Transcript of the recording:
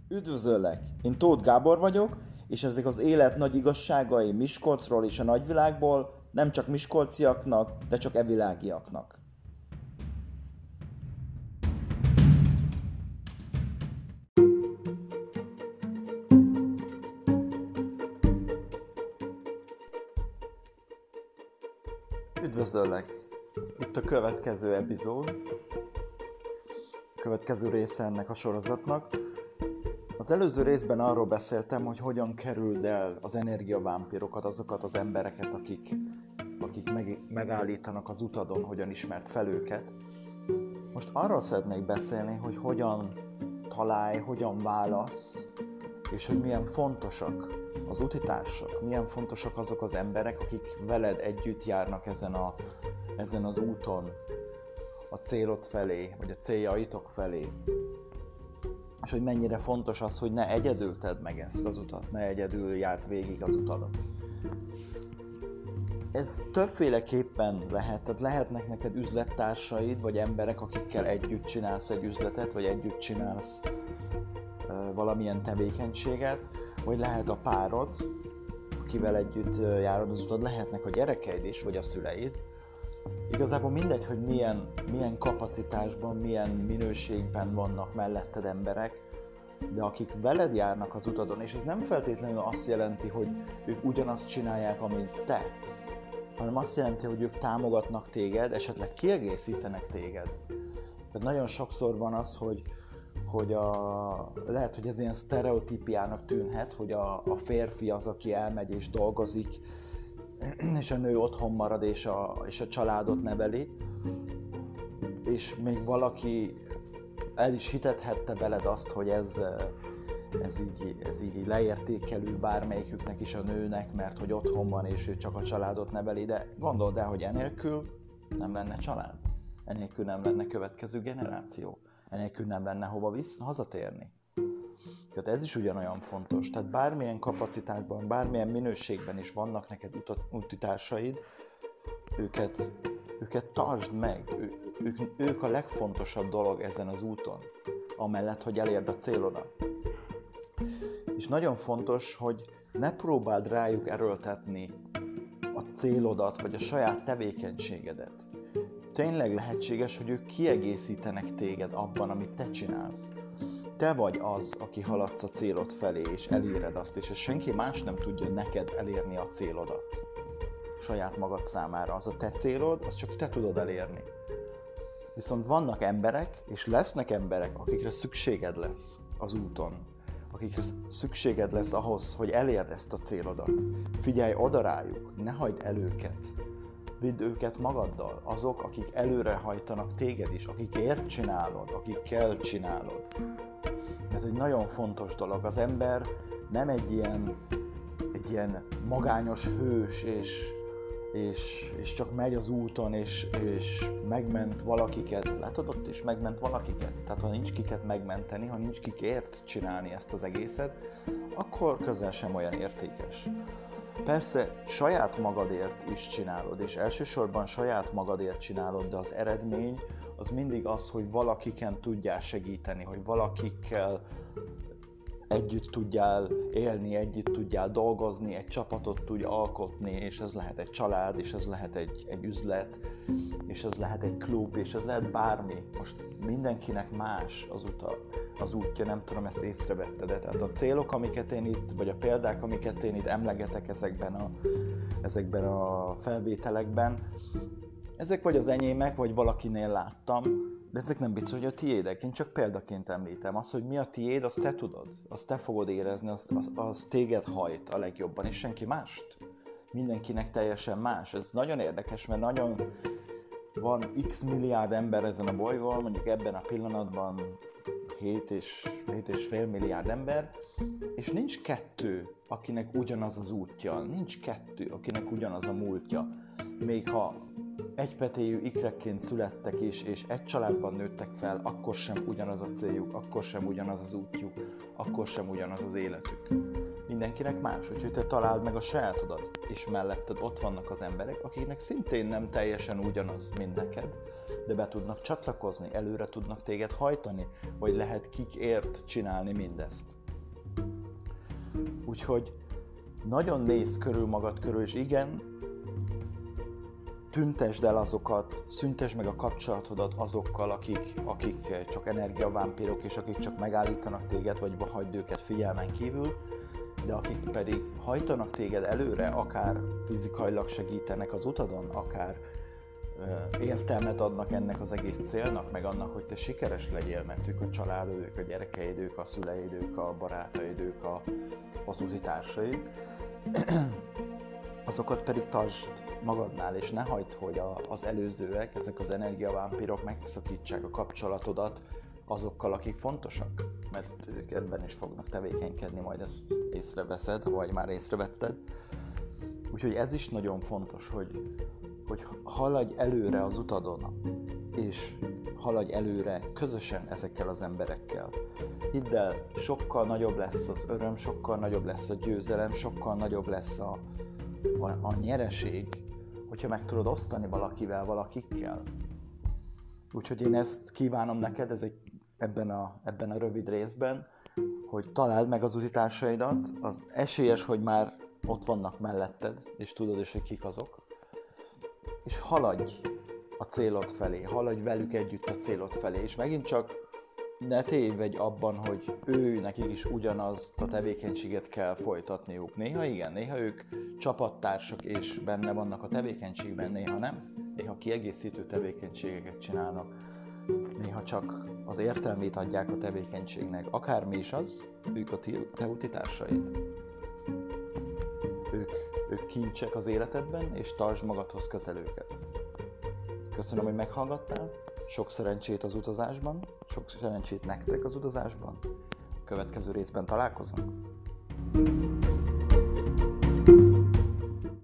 Üdvözöllek! Én Tóth Gábor vagyok, és ezek az élet nagy igazságai Miskolcról és a nagyvilágból nem csak miskolciaknak, de csak evilágiaknak. Üdvözöllek! Itt a következő epizód, a következő része ennek a sorozatnak. Az előző részben arról beszéltem, hogy hogyan kerüld el az energiavámpirokat, azokat az embereket, akik megállítanak az utadon, hogyan ismert fel őket. Most arról szeretnék beszélni, hogy hogyan találj, hogyan válasz, és hogy milyen fontosak az útitársak, milyen fontosak azok az emberek, akik veled együtt járnak ezen az úton, a célod felé, vagy a céljaitok felé. És hogy mennyire fontos az, hogy ne egyedül tedd meg ezt az utat, ne egyedül járt végig az utadat. Ez többféleképpen lehet, tehát lehetnek neked üzlettársaid, vagy emberek, akikkel együtt csinálsz egy üzletet, vagy együtt csinálsz valamilyen tevékenységet, vagy lehet a párod, akivel együtt járod az utat, lehetnek a gyerekeid is, vagy a szüleid. Igazából mindegy, hogy milyen kapacitásban, milyen minőségben vannak melletted emberek, de akik veled járnak az utadon, és ez nem feltétlenül azt jelenti, hogy ők ugyanazt csinálják, amit te, hanem azt jelenti, hogy ők támogatnak téged, esetleg kiegészítenek téged. Tehát nagyon sokszor van az, hogy lehet, hogy ez ilyen sztereotípiának tűnhet, hogy a férfi az, aki elmegy és dolgozik, és a nő otthon marad és a családot neveli, és még valaki el is hitethette veled azt, hogy ez így leértékelő bármelyiküknek is a nőnek, mert hogy otthon van és ő csak a családot neveli, de gondold el, hogy enélkül nem lenne család, enélkül nem lenne következő generáció, enélkül nem lenne hova hazatérni. Tehát ez is ugyanolyan fontos. Tehát bármilyen kapacitásban, bármilyen minőségben is vannak neked útitársaid, őket tartsd meg. Ők a legfontosabb dolog ezen az úton, amellett, hogy elérd a célodat. És nagyon fontos, hogy ne próbáld rájuk erőltetni a célodat, vagy a saját tevékenységedet. Tényleg lehetséges, hogy ők kiegészítenek téged abban, amit te csinálsz. Te vagy az, aki haladsz a célod felé, és eléred azt, és senki más nem tudja neked elérni a célodat. Saját magad számára. Az a te célod, azt csak te tudod elérni. Viszont vannak emberek, és lesznek emberek, akikre szükséged lesz az úton. Akikre szükséged lesz ahhoz, hogy elérd ezt a célodat. Figyelj oda rájuk, ne hagyd el őket. Vidd őket magaddal, azok, akik előre hajtanak téged is, akikért csinálod, akikkel csinálod. Ez egy nagyon fontos dolog. Az ember nem egy ilyen magányos hős, és csak megy az úton, és megment valakiket. Látod, ott is megment valakiket. Tehát ha nincs kiket megmenteni, ha nincs kikért csinálni ezt az egészet, akkor közel sem olyan értékes. Persze saját magadért is csinálod, és elsősorban saját magadért csinálod, de az eredmény az mindig az, hogy valakiken tudjál segíteni, hogy valakikkel együtt tudjál élni, együtt tudjál dolgozni, egy csapatot tudj alkotni, és ez lehet egy család, és ez lehet egy üzlet, és ez lehet egy klub, és ez lehet bármi. Most mindenkinek más az útja, nem tudom, ezt észrevetted, de tehát a célok, amiket én itt, vagy a példák, amiket én itt emlegetek ezekben a felvételekben, ezek vagy az enyémek, vagy valakinél láttam, de ezek nem biztos, hogy a tiédek. Én csak példaként említem. Az, hogy mi a tiéd, azt te tudod. Azt te fogod érezni, az téged hajt a legjobban, és senki mást. Mindenkinek teljesen más. Ez nagyon érdekes, mert nagyon van x milliárd ember ezen a bolygón, mondjuk ebben a pillanatban 7,5 milliárd ember, és nincs kettő, akinek ugyanaz az útja, nincs kettő, akinek ugyanaz a múltja. Még ha egypetéjű ikrekként születtek is, és egy családban nőttek fel, akkor sem ugyanaz a céljuk, akkor sem ugyanaz az útjuk, akkor sem ugyanaz az életük. Mindenkinek más, úgyhogy te találd meg a sajátodat, és melletted ott vannak az emberek, akiknek szintén nem teljesen ugyanaz, mint neked, de be tudnak csatlakozni, előre tudnak téged hajtani, vagy lehet kikért csinálni mindezt. Úgyhogy nagyon nézz körül magad körül, és igen, tüntesd el azokat, szüntesd meg a kapcsolatodat azokkal, akik csak energiavámpírok, és akik csak megállítanak téged, vagy hagyd őket figyelmen kívül, de akik pedig hajtanak téged előre, akár fizikailag segítenek az utadon, akár értelmet adnak ennek az egész célnak, meg annak, hogy te sikeres legyél, mert ők a családod, ők a gyerekeid, ők a szüleid, ők a barátaid, ők az utitársaid, azokat pedig tartsd magadnál, és ne hagyd, hogy az előzőek, ezek az energiavámpírok megszakítsák a kapcsolatodat azokkal, akik fontosak, mert ők ebben is fognak tevékenykedni, majd ezt észreveszed, vagy már észrevetted. Úgyhogy ez is nagyon fontos, hogy haladj előre az utadon, és haladj előre közösen ezekkel az emberekkel. Hidd el, sokkal nagyobb lesz az öröm, sokkal nagyobb lesz a győzelem, sokkal nagyobb lesz a nyereség, hogyha meg tudod osztani valakivel, valakikkel. Úgyhogy én ezt kívánom neked ebben a rövid részben, hogy találd meg az utitársaidat, az esélyes, hogy már ott vannak melletted, és tudod is, hogy kik azok, és haladj a célod felé, haladj velük együtt a célod felé, és megint csak ne tévedj abban, hogy nekik is ugyanazt a tevékenységet kell folytatniuk. Néha igen, néha ők csapattársak és benne vannak a tevékenységben, néha nem. Néha kiegészítő tevékenységeket csinálnak, néha csak az értelmét adják a tevékenységnek. Akármi is az, ők a te utitársaid. Ők kincsek az életedben, és tartsd magadhoz közel őket. Köszönöm, hogy meghallgattál, sok szerencsét az utazásban, sok szerencsét nektek az utazásban. Következő részben találkozunk.